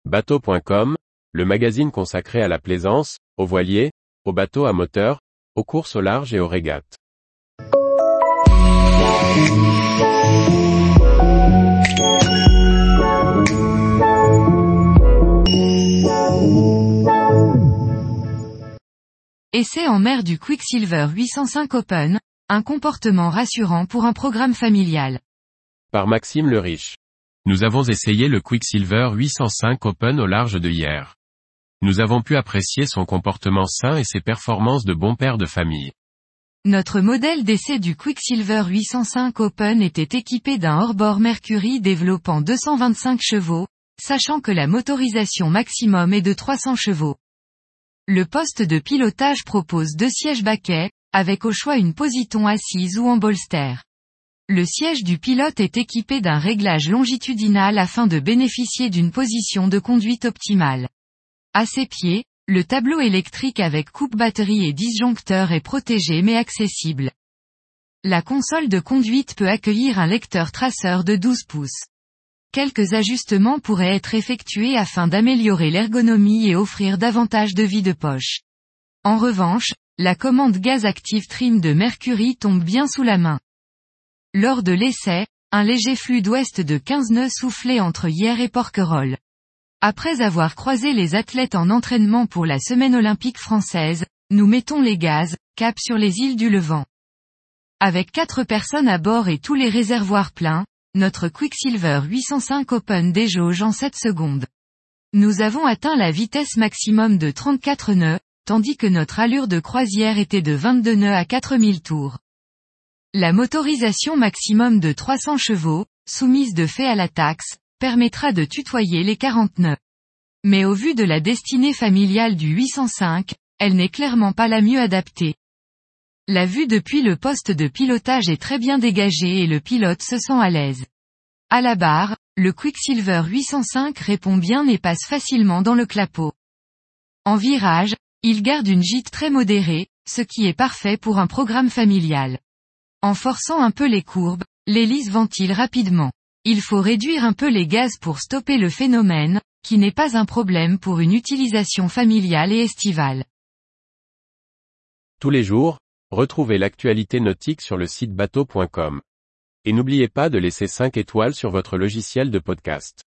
Bateau.com, le magazine consacré à la plaisance, aux voiliers, aux bateaux à moteur, aux courses au large et aux régates. Essai en mer du Quicksilver 805 Open, un comportement rassurant pour un programme familial. Par Maxime Le Riche. Nous avons essayé le Quicksilver 805 Open au large de Hyères. Nous avons pu apprécier son comportement sain et ses performances de bon père de famille. Notre modèle d'essai du Quicksilver 805 Open était équipé d'un hors-bord Mercury développant 225 chevaux, sachant que la motorisation maximum est de 300 chevaux. Le poste de pilotage propose 2 sièges baquets, avec au choix une position assise ou en bolster. Le siège du pilote est équipé d'un réglage longitudinal afin de bénéficier d'une position de conduite optimale. À ses pieds, le tableau électrique avec coupe-batterie et disjoncteur est protégé mais accessible. La console de conduite peut accueillir un lecteur traceur de 12 pouces. Quelques ajustements pourraient être effectués afin d'améliorer l'ergonomie et offrir davantage de vie de poche. En revanche, la commande gaz active trim de Mercury tombe bien sous la main. Lors de l'essai, un léger flux d'ouest de 15 nœuds soufflait entre Hyères et Porquerolles. Après avoir croisé les athlètes en entraînement pour la semaine olympique française, nous mettons les gaz, cap sur les îles du Levant. Avec 4 personnes à bord et tous les réservoirs pleins, notre Quicksilver 805 Open déjauge en 7 secondes. Nous avons atteint la vitesse maximum de 34 nœuds, tandis que notre allure de croisière était de 22 nœuds à 4000 tours. La motorisation maximum de 300 chevaux, soumise de fait à la taxe, permettra de tutoyer les 40 nœuds. Mais au vu de la destinée familiale du 805, elle n'est clairement pas la mieux adaptée. La vue depuis le poste de pilotage est très bien dégagée et le pilote se sent à l'aise. À la barre, le Quicksilver 805 répond bien et passe facilement dans le clapot. En virage, il garde une gîte très modérée, ce qui est parfait pour un programme familial. En forçant un peu les courbes, l'hélice ventile rapidement. Il faut réduire un peu les gaz pour stopper le phénomène, qui n'est pas un problème pour une utilisation familiale et estivale. Tous les jours, retrouvez l'actualité nautique sur le site bateau.com. Et n'oubliez pas de laisser 5 étoiles sur votre logiciel de podcast.